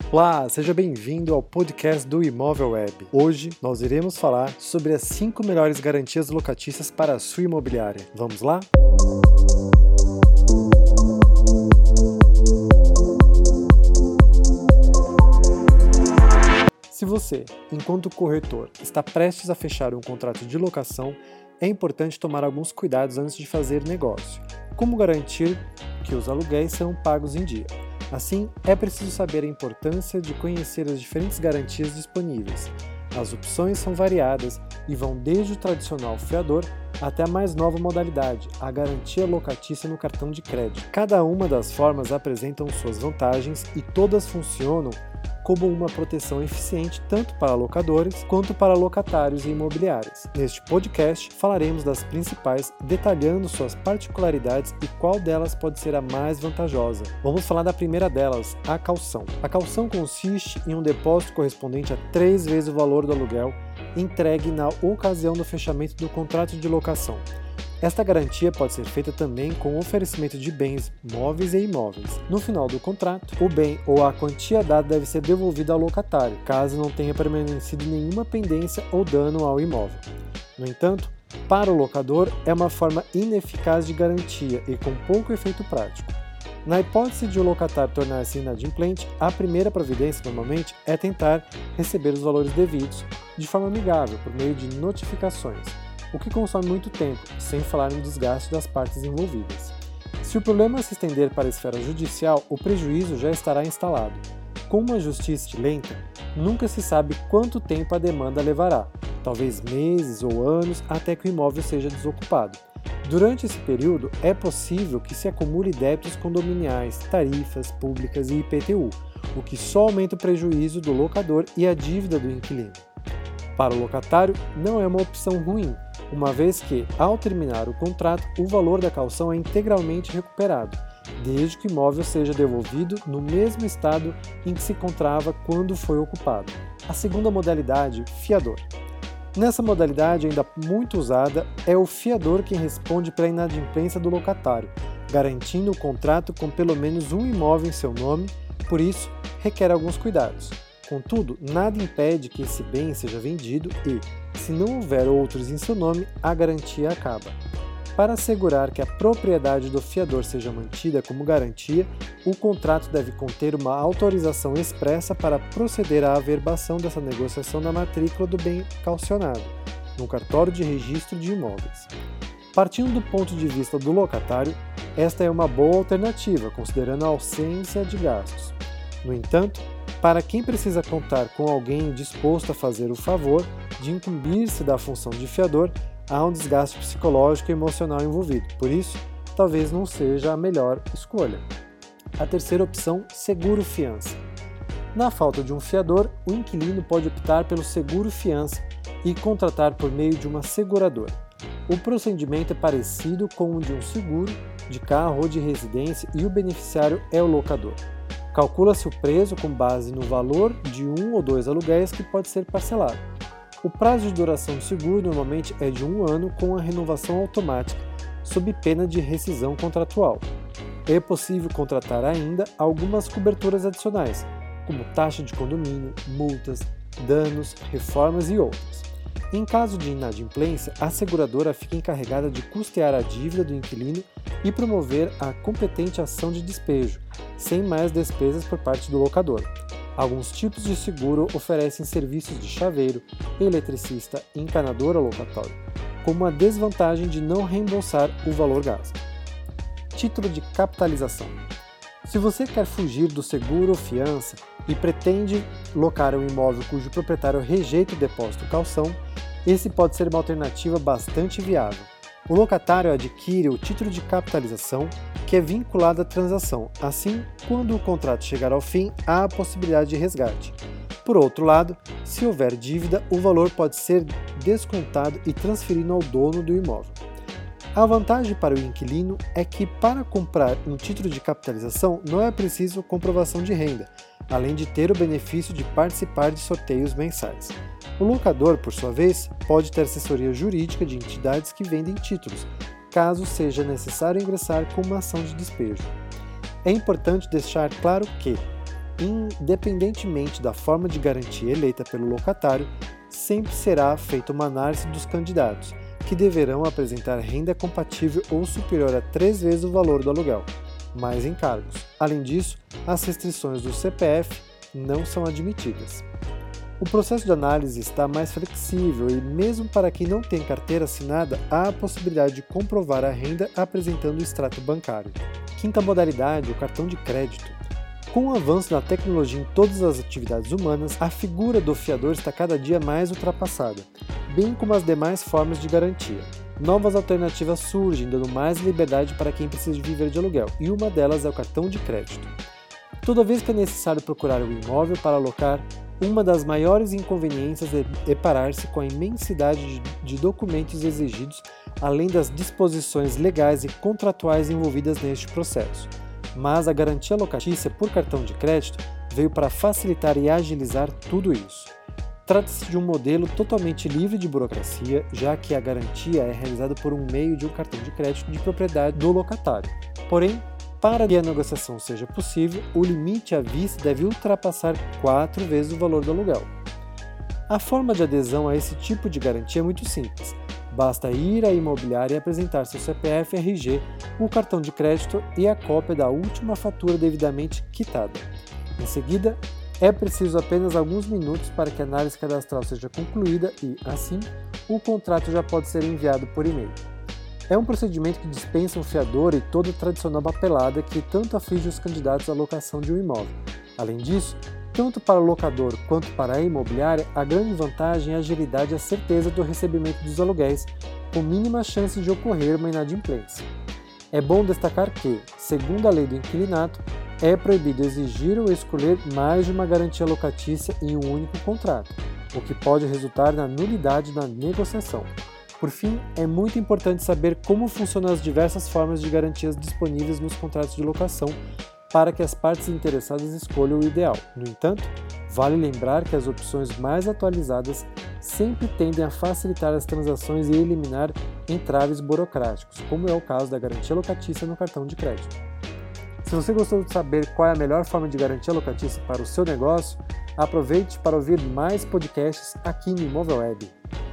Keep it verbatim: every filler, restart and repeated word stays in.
Olá, seja bem-vindo ao podcast do Imóvel Web. Hoje nós iremos falar sobre as cinco melhores garantias locatícias para a sua imobiliária. Vamos lá? Se você, enquanto corretor, está prestes a fechar um contrato de locação, é importante tomar alguns cuidados antes de fazer negócio. Como garantir que os aluguéis serão pagos em dia? Assim, é preciso saber a importância de conhecer as diferentes garantias disponíveis. As opções são variadas e vão desde o tradicional fiador até a mais nova modalidade, a garantia locatícia no cartão de crédito. Cada uma das formas apresentam suas vantagens e todas funcionam como uma proteção eficiente tanto para locadores quanto para locatários e imobiliárias. Neste podcast, falaremos das principais, detalhando suas particularidades e qual delas pode ser a mais vantajosa. Vamos falar da primeira delas, a caução. A caução consiste em um depósito correspondente a três vezes o valor do aluguel entregue na ocasião do fechamento do contrato de locação. Esta garantia pode ser feita também com o oferecimento de bens móveis e imóveis. No final do contrato, o bem ou a quantia dada deve ser devolvida ao locatário, caso não tenha permanecido nenhuma pendência ou dano ao imóvel. No entanto, para o locador, é uma forma ineficaz de garantia e com pouco efeito prático. Na hipótese de o locatário tornar-se inadimplente, a primeira providência normalmente é tentar receber os valores devidos de forma amigável, por meio de notificações, o que consome muito tempo, sem falar no desgaste das partes envolvidas. Se o problema se estender para a esfera judicial, o prejuízo já estará instalado. Com uma justiça lenta, nunca se sabe quanto tempo a demanda levará, talvez meses ou anos até que o imóvel seja desocupado. Durante esse período, é possível que se acumule débitos condominiais, tarifas públicas e I P T U, o que só aumenta o prejuízo do locador e a dívida do inquilino. Para o locatário, não é uma opção ruim, uma vez que, ao terminar o contrato, o valor da caução é integralmente recuperado, desde que o imóvel seja devolvido no mesmo estado em que se encontrava quando foi ocupado. A segunda modalidade, fiador. Nessa modalidade, ainda muito usada, é o fiador quem responde pela inadimplência do locatário, garantindo o contrato com pelo menos um imóvel em seu nome, por isso, requer alguns cuidados. Contudo, nada impede que esse bem seja vendido e, se não houver outros em seu nome, a garantia acaba. Para assegurar que a propriedade do fiador seja mantida como garantia, o contrato deve conter uma autorização expressa para proceder à averbação dessa negociação na matrícula do bem caucionado, no cartório de registro de imóveis. Partindo do ponto de vista do locatário, esta é uma boa alternativa, considerando a ausência de gastos. No entanto, para quem precisa contar com alguém disposto a fazer o favor de incumbir-se da função de fiador, há um desgaste psicológico e emocional envolvido, por isso, talvez não seja a melhor escolha. A terceira opção, seguro-fiança. Na falta de um fiador, o inquilino pode optar pelo seguro-fiança e contratar por meio de uma seguradora. O procedimento é parecido com o de um seguro de carro ou de residência e o beneficiário é o locador. Calcula-se o preço com base no valor de um ou dois aluguéis que pode ser parcelado. O prazo de duração do seguro normalmente é de um ano com a renovação automática, sob pena de rescisão contratual. É possível contratar ainda algumas coberturas adicionais, como taxa de condomínio, multas, danos, reformas e outras. Em caso de inadimplência, a seguradora fica encarregada de custear a dívida do inquilino e promover a competente ação de despejo, sem mais despesas por parte do locador. Alguns tipos de seguro oferecem serviços de chaveiro, eletricista e encanador ao locatário, com uma desvantagem de não reembolsar o valor gasto. Título de capitalização. Se você quer fugir do seguro ou fiança e pretende locar um imóvel cujo proprietário rejeita o depósito calção, esse pode ser uma alternativa bastante viável. O locatário adquire o título de capitalização, que é vinculado à transação. Assim, quando o contrato chegar ao fim, há a possibilidade de resgate. Por outro lado, se houver dívida, o valor pode ser descontado e transferido ao dono do imóvel. A vantagem para o inquilino é que, para comprar um título de capitalização, não é preciso comprovação de renda, além de ter o benefício de participar de sorteios mensais. O locador, por sua vez, pode ter assessoria jurídica de entidades que vendem títulos, caso seja necessário ingressar com uma ação de despejo. É importante deixar claro que, independentemente da forma de garantia eleita pelo locatário, sempre será feita uma análise dos candidatos, que deverão apresentar renda compatível ou superior a três vezes o valor do aluguel, mais encargos. Além disso, as restrições do C P F não são admitidas. O processo de análise está mais flexível e, mesmo para quem não tem carteira assinada, há a possibilidade de comprovar a renda apresentando o extrato bancário. Quinta modalidade, o cartão de crédito. Com o avanço da tecnologia em todas as atividades humanas, a figura do fiador está cada dia mais ultrapassada, bem como as demais formas de garantia. Novas alternativas surgem, dando mais liberdade para quem precisa viver de aluguel, e uma delas é o cartão de crédito. Toda vez que é necessário procurar um imóvel para alocar, uma das maiores inconveniências é deparar-se com a imensidade de documentos exigidos, além das disposições legais e contratuais envolvidas neste processo. Mas a garantia locatícia por cartão de crédito veio para facilitar e agilizar tudo isso. Trata-se de um modelo totalmente livre de burocracia, já que a garantia é realizada por um meio de um cartão de crédito de propriedade do locatário. Porém, para que a negociação seja possível, o limite à vista deve ultrapassar quatro vezes o valor do aluguel. A forma de adesão a esse tipo de garantia é muito simples. Basta ir à imobiliária e apresentar seu C P F, R G, o cartão de crédito e a cópia da última fatura devidamente quitada. Em seguida, é preciso apenas alguns minutos para que a análise cadastral seja concluída e, assim, o contrato já pode ser enviado por e-mail. É um procedimento que dispensa um fiador e toda a tradicional papelada que tanto aflige os candidatos à locação de um imóvel. Além disso, tanto para o locador quanto para a imobiliária, a grande vantagem é a agilidade e a certeza do recebimento dos aluguéis, com mínima chance de ocorrer uma inadimplência. É bom destacar que, segundo a lei do inquilinato, é proibido exigir ou escolher mais de uma garantia locatícia em um único contrato, o que pode resultar na nulidade da negociação. Por fim, é muito importante saber como funcionam as diversas formas de garantias disponíveis nos contratos de locação para que as partes interessadas escolham o ideal. No entanto, vale lembrar que as opções mais atualizadas sempre tendem a facilitar as transações e eliminar entraves burocráticos, como é o caso da garantia locatícia no cartão de crédito. Se você gostou de saber qual é a melhor forma de garantia locatícia para o seu negócio, aproveite para ouvir mais podcasts aqui no Imóvel Web.